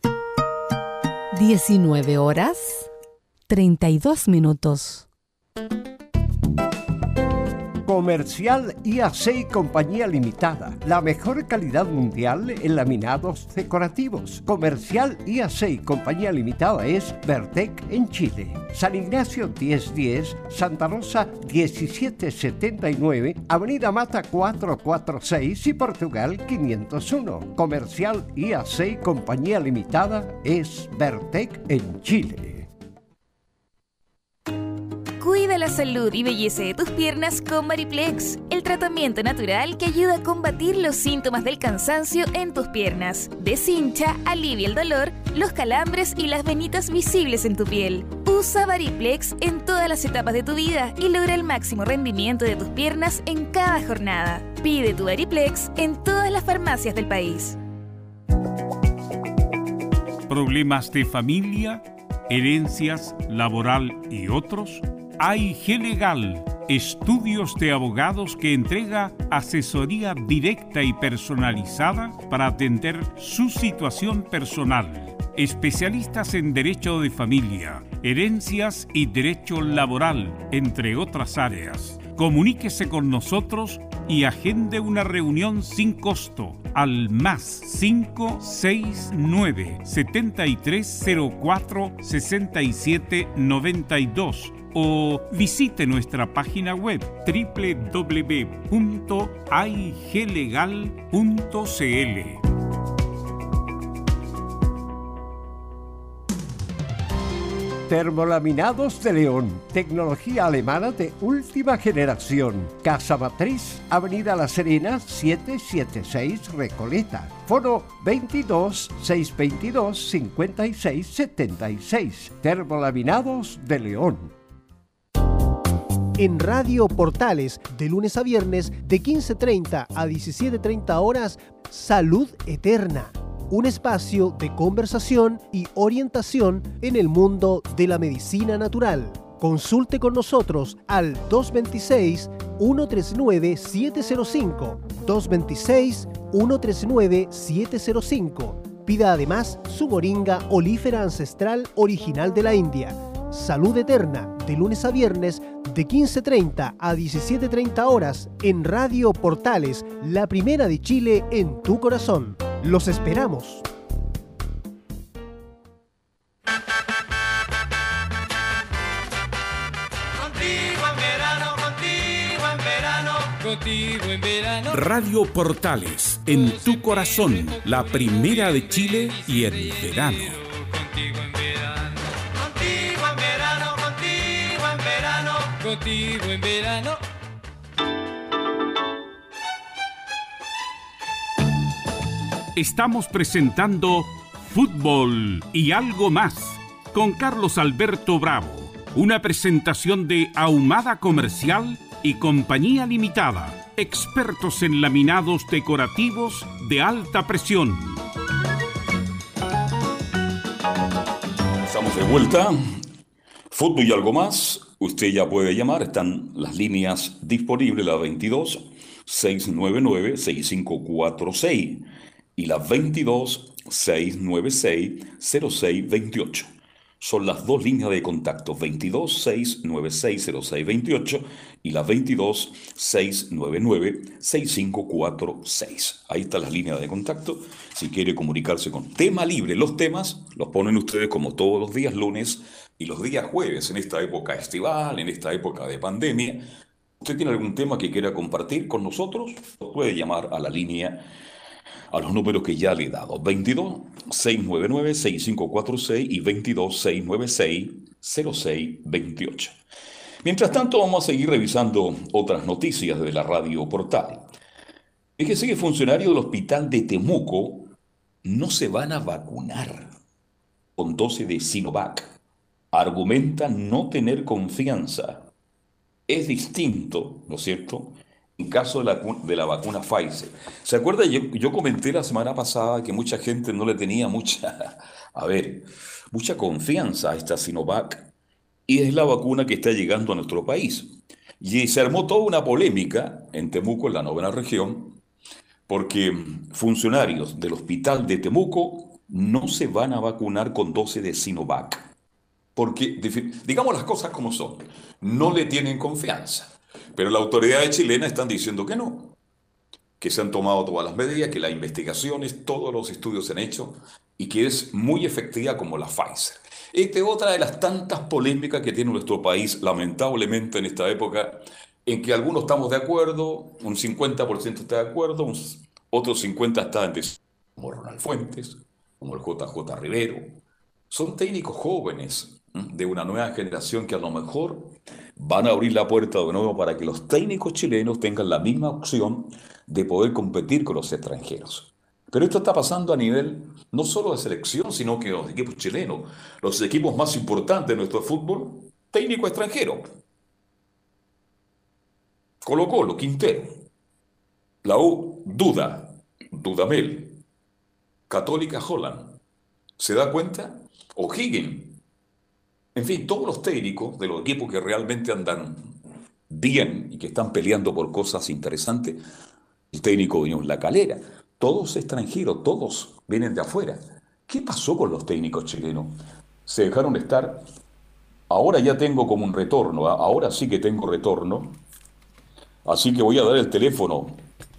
Speaker 8: 19:32.
Speaker 9: Comercial IAC y Compañía Limitada. La mejor calidad mundial en laminados decorativos. Comercial IAC y Compañía Limitada es Vertec en Chile. San Ignacio 1010, Santa Rosa 1779, Avenida Mata 446 y Portugal 501. Comercial IAC y Compañía Limitada es Vertec en Chile.
Speaker 10: Cuida la salud y belleza de tus piernas con Mariplex, el tratamiento natural que ayuda a combatir los síntomas del cansancio en tus piernas. Deshincha, alivia el dolor, los calambres y las venitas visibles en tu piel. Usa Mariplex en todas las etapas de tu vida y logra el máximo rendimiento de tus piernas en cada jornada. Pide tu Mariplex en todas las farmacias del país.
Speaker 1: ¿Problemas de familia, herencias, laboral y otros? AIG Legal, estudios de abogados que entrega asesoría directa y personalizada para atender su situación personal. Especialistas en derecho de familia, herencias y derecho laboral, entre otras áreas. Comuníquese con nosotros y agende una reunión sin costo al +569 7304 6792 o visite nuestra página web www.aiglegal.cl.
Speaker 9: Termolaminados de León, tecnología alemana de última generación. Casa Matriz, Avenida La Serena, 776 Recoleta. Foro 22 622 56 76. Termolaminados de León.
Speaker 11: En Radio Portales, de lunes a viernes, de 15:30 a 17:30 horas, Salud Eterna. Un espacio de conversación y orientación en el mundo de la medicina natural. Consulte con nosotros al 226-139-705. 226-139-705. Pida además su moringa olífera ancestral original de la India. Salud Eterna, de lunes a viernes, de 15:30 a 17:30 horas, en Radio Portales, la primera de Chile en tu corazón. ¡Los esperamos!
Speaker 12: Contigo en verano, contigo en verano, contigo en verano.
Speaker 1: Radio Portales, en tu corazón, la primera de Chile y en verano.
Speaker 12: Contigo en verano, contigo en verano, contigo en verano, contigo en verano.
Speaker 1: Estamos presentando Fútbol y algo más con Carlos Alberto Bravo. Una presentación de Ahumada Comercial y Compañía Limitada. Expertos en laminados decorativos de alta presión.
Speaker 3: Estamos de vuelta. Fútbol y algo más. Usted ya puede llamar. Están las líneas disponibles, la 22 699 6546 y la 22 696 0628. Son las dos líneas de contacto, 22 696 0628 y la 22 699 6546. Ahí está las líneas de contacto. Si quiere comunicarse con tema libre, los temas los ponen ustedes como todos los días lunes y los días jueves, en esta época estival, en esta época de pandemia. ¿Usted tiene algún tema que quiera compartir con nosotros? Puede llamar a la línea, a los números que ya le he dado, 22 699 6546 y 22 696 0628. Mientras tanto, vamos a seguir revisando otras noticias de la Radio Portal. Fíjese que funcionarios del hospital de Temuco no se van a vacunar con dosis de Sinovac. Argumentan no tener confianza. Es distinto, ¿no es cierto?, en caso de la vacuna Pfizer. ¿Se acuerda? Yo comenté la semana pasada que mucha gente no le tenía mucha confianza a esta Sinovac, y es la vacuna que está llegando a nuestro país. Y se armó toda una polémica en Temuco, en la 9ª región, porque funcionarios del hospital de Temuco no se van a vacunar con dosis de Sinovac. Porque, digamos las cosas como son, no le tienen confianza. Pero las autoridades chilenas están diciendo que no, que se han tomado todas las medidas, que las investigaciones, todos los estudios se han hecho y que es muy efectiva como la Pfizer. Esta es otra de las tantas polémicas que tiene nuestro país, lamentablemente, en esta época, en que algunos estamos de acuerdo, un 50% está de acuerdo, otros 50% está en desacuerdo, como Ronald Fuentes, como el JJ Rivero. Son técnicos jóvenes de una nueva generación que a lo mejor van a abrir la puerta de nuevo para que los técnicos chilenos tengan la misma opción de poder competir con los extranjeros. Pero esto está pasando a nivel no solo de selección, sino que los equipos chilenos, los equipos más importantes de nuestro fútbol, técnico extranjero. Colo-Colo, Quintero. La U, Dudamel. Católica, Holland. ¿Se da cuenta? O'Higgins. En fin, todos los técnicos de los equipos que realmente andan bien y que están peleando por cosas interesantes, el técnico de Unión La Calera, todos extranjeros, todos vienen de afuera. ¿Qué pasó con los técnicos chilenos? Se dejaron de estar. Ahora ya tengo como un retorno, ahora sí que tengo retorno. Así que voy a dar el teléfono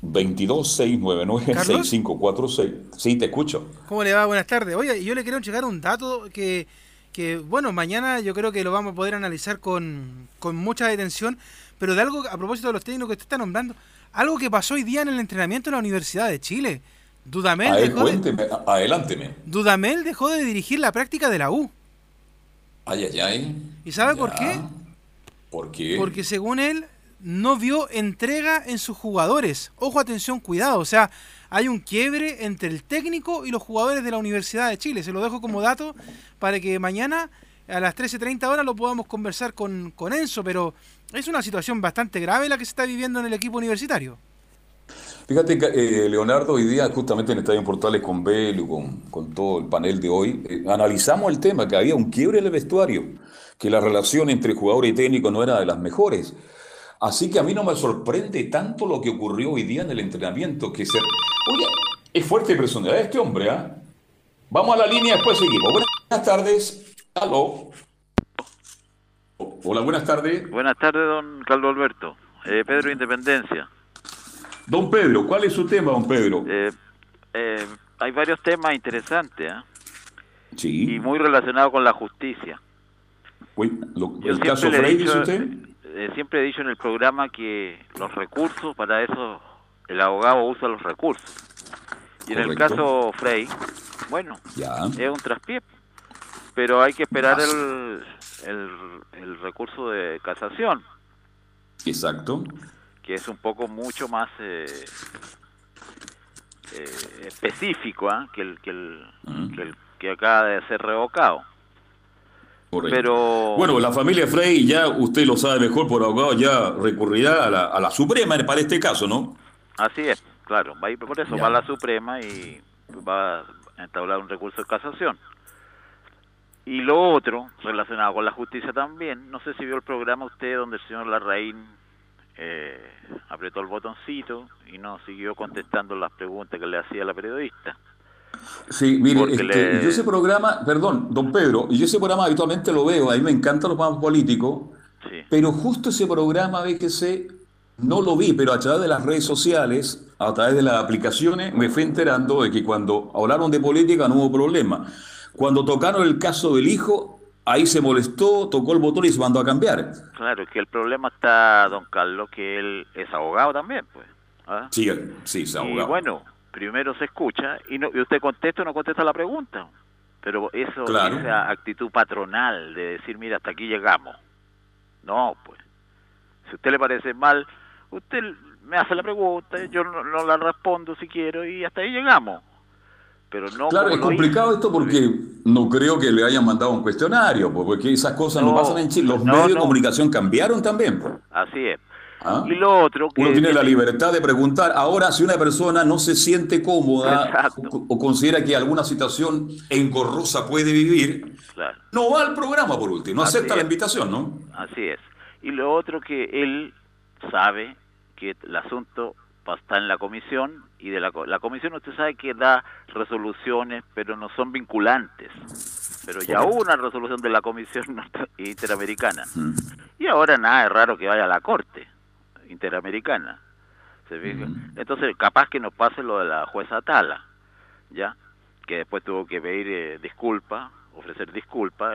Speaker 3: 22-699-6546. Sí, te escucho.
Speaker 13: ¿Cómo le va? Buenas tardes. Oye, yo le quiero llegar un dato que bueno, mañana yo creo que lo vamos a poder analizar con mucha detención, pero de algo, a propósito de los técnicos que usted está nombrando, algo que pasó hoy día en el entrenamiento de la Universidad de Chile. Dudamel
Speaker 3: adelánteme.
Speaker 13: Dudamel dejó de dirigir la práctica de la U.
Speaker 3: Ay, ay, ay.
Speaker 13: ¿Y sabe
Speaker 3: Ya.
Speaker 13: por qué?
Speaker 3: ¿Por qué?
Speaker 13: Porque según él, no vio entrega en sus jugadores. Ojo, atención, cuidado. O sea, hay un quiebre entre el técnico y los jugadores de la Universidad de Chile. Se lo dejo como dato para que mañana a las 13:30 horas lo podamos conversar con Enzo, pero es una situación bastante grave la que se está viviendo en el equipo universitario.
Speaker 3: Fíjate, Leonardo, hoy día justamente en Estadio Portales con Belu, con todo el panel de hoy, analizamos el tema, que había un quiebre en el vestuario, que la relación entre jugador y técnico no era de las mejores. Así que a mí no me sorprende tanto lo que ocurrió hoy día en el entrenamiento, Oye, es fuerte personalidad este hombre, ¿ah? Vamos a la línea, después seguimos. Buenas tardes. Aló. Hola, buenas tardes.
Speaker 14: Buenas tardes, don Carlos Alberto. Pedro Independencia.
Speaker 3: Don Pedro, ¿cuál es su tema, don Pedro?
Speaker 14: Hay varios temas interesantes, ¿eh?
Speaker 3: Sí.
Speaker 14: Y muy relacionados con la justicia.
Speaker 3: ¿El caso Frey, dice usted?
Speaker 14: Siempre he dicho en el programa que los recursos, para eso el abogado usa los recursos. Y en el caso Frey, bueno, es un traspié. Pero hay que esperar el recurso de casación.
Speaker 3: Exacto.
Speaker 14: Que es un poco mucho más específico, ¿eh? que el que acaba de ser revocado.
Speaker 3: Correcto.
Speaker 14: Pero
Speaker 3: bueno, la familia Frey, ya usted lo sabe mejor por abogado, ya recurrirá a la Suprema para este caso, ¿no?
Speaker 14: Así es, claro. Por eso va a la Suprema y va a entablar un recurso de casación. Y lo otro, relacionado con la justicia también, no sé si vio el programa usted donde el señor Larraín apretó el botoncito y no siguió contestando las preguntas que le hacía la periodista.
Speaker 3: Sí, mire, yo ese programa, perdón, don Pedro, yo ese programa habitualmente lo veo, a mí me encantan los programas políticos, pero justo ese programa, no lo vi, pero a través de las redes sociales, a través de las aplicaciones, me fui enterando de que cuando hablaron de política no hubo problema. Cuando tocaron el caso del hijo, ahí se molestó, tocó el botón y se mandó a cambiar.
Speaker 14: Claro, que el problema está, don Carlos, que él es abogado también, pues. ¿Ah?
Speaker 3: Sí, es abogado.
Speaker 14: Y bueno, primero se escucha y usted contesta o no contesta la pregunta. Pero esa actitud patronal de decir, mira, hasta aquí llegamos. No, pues. Si a usted le parece mal, usted me hace la pregunta, yo no la respondo si quiero y hasta ahí llegamos. Pero no.
Speaker 3: Claro, es complicado esto porque no creo que le hayan mandado un cuestionario, porque esas cosas no pasan en Chile. Los medios de comunicación cambiaron también.
Speaker 14: Así es. Y lo otro que
Speaker 3: uno tiene la libertad de preguntar. Ahora, si una persona no se siente cómoda o considera que alguna situación engorrosa puede vivir, no va al programa por último, no acepta la invitación, ¿no?
Speaker 14: Así es. Y lo otro que él sabe que el asunto está en la comisión y de la comisión usted sabe que da resoluciones, pero no son vinculantes. Pero ya hubo una resolución de la Comisión Interamericana. Y ahora nada, es raro que vaya a la Corte Interamericana. ¿Se fija? Entonces, capaz que nos pase lo de la jueza Atala, ¿ya? Que después tuvo que pedir ofrecer disculpas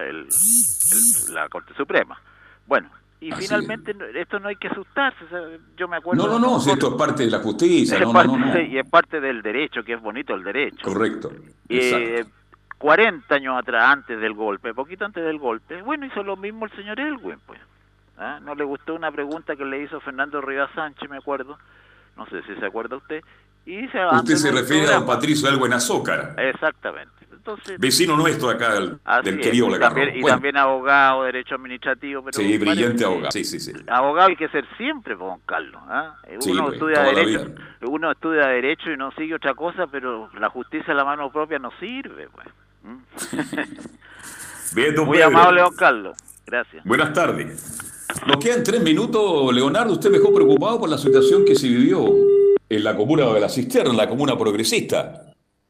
Speaker 14: la Corte Suprema. Bueno, y finalmente esto no hay que asustarse. O sea, yo me acuerdo...
Speaker 3: No, si esto es parte de la justicia.
Speaker 14: Y es parte del derecho, que es bonito el derecho.
Speaker 3: Correcto.
Speaker 14: 40 años atrás, antes del golpe, poquito antes del golpe, bueno, hizo lo mismo el señor Elwin, pues. ¿Ah? No le gustó una pregunta que le hizo Fernando Rivas Sánchez, me acuerdo, no sé si se acuerda usted, y dice...
Speaker 3: Usted se refiere a don Patricio Elwin Azócar.
Speaker 14: Exactamente. Entonces,
Speaker 3: vecino nuestro acá del querido Legarro.
Speaker 14: Y también abogado, derecho administrativo. Pero
Speaker 3: sí, brillante abogado. Sí.
Speaker 14: Abogado hay que ser siempre, don Carlos. ¿Ah? Uno estudia derecho y no sigue otra cosa, pero la justicia a la mano propia no sirve, pues.
Speaker 3: Bien, don
Speaker 14: Muy
Speaker 3: Pedro.
Speaker 14: amable, don Carlos. Gracias.
Speaker 3: Buenas tardes. Nos quedan 3 minutos, Leonardo. Usted me dejó preocupado por la situación que se vivió en la comuna de La Cisterna, en la comuna progresista.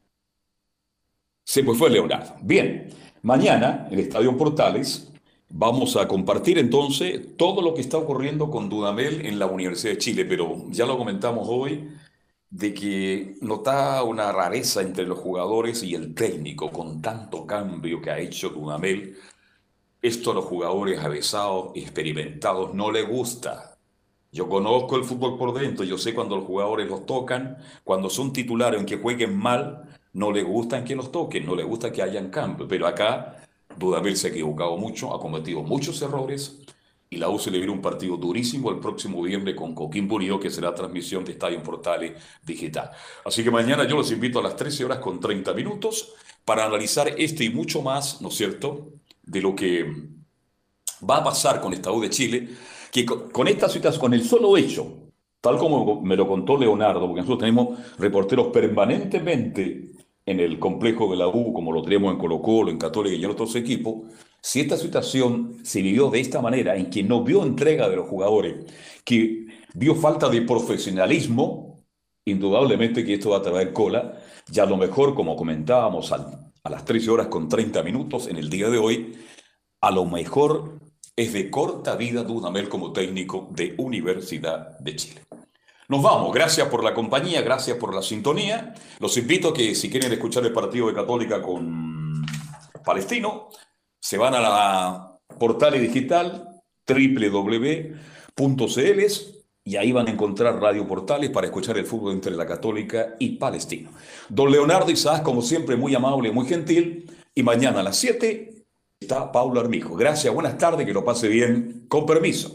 Speaker 3: Se fue Leonardo. Bien, mañana en el Estadio Portales vamos a compartir entonces todo lo que está ocurriendo con Dudamel en la Universidad de Chile, pero ya lo comentamos hoy de que nota una rareza entre los jugadores y el técnico con tanto cambio que ha hecho Dudamel. Esto a los jugadores avesados, experimentados, no les gusta. Yo conozco el fútbol por dentro, yo sé cuando los jugadores los tocan, cuando son titulares, aunque jueguen mal, no les gustan que los toquen, no les gusta que hayan cambio. Pero acá Dudamel se ha equivocado mucho, ha cometido muchos errores y la U se le viene un partido durísimo el próximo viernes con Coquimbo Unido, que será transmisión de Estadio Portales Digital. Así que mañana yo los invito a las 13:30 para analizar este y mucho más, ¿no es cierto?, de lo que va a pasar con esta U de Chile, que con esta situación, con el solo hecho, tal como me lo contó Leonardo, porque nosotros tenemos reporteros permanentemente en el complejo de la U, como lo tenemos en Colo-Colo, en Católica y en otros equipos, si esta situación se vivió de esta manera, en que no vio entrega de los jugadores, que vio falta de profesionalismo, indudablemente que esto va a traer cola, y a lo mejor, como comentábamos a las 13:30 en el día de hoy, a lo mejor es de corta vida Dudamel como técnico de Universidad de Chile. Nos vamos, gracias por la compañía, gracias por la sintonía. Los invito a que si quieren escuchar el partido de Católica con Palestino, se van a la portal digital www.cl y ahí van a encontrar Radio Portales para escuchar el fútbol entre la Católica y Palestino. Don Leonardo Isaac, como siempre, muy amable, muy gentil. Y mañana a las 7 está Paulo Armijo. Gracias, buenas tardes, que lo pase bien. Con permiso.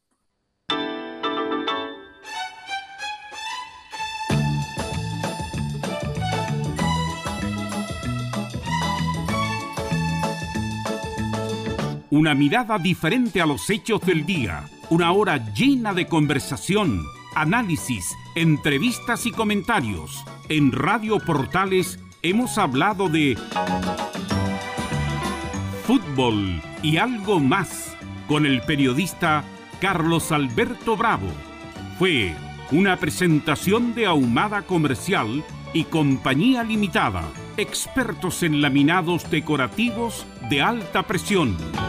Speaker 1: Una mirada diferente a los hechos del día. Una hora llena de conversación, análisis, entrevistas y comentarios. En Radio Portales hemos hablado de fútbol y algo más con el periodista Carlos Alberto Bravo. Fue una presentación de Ahumada Comercial y Compañía Limitada, expertos en laminados decorativos de alta presión.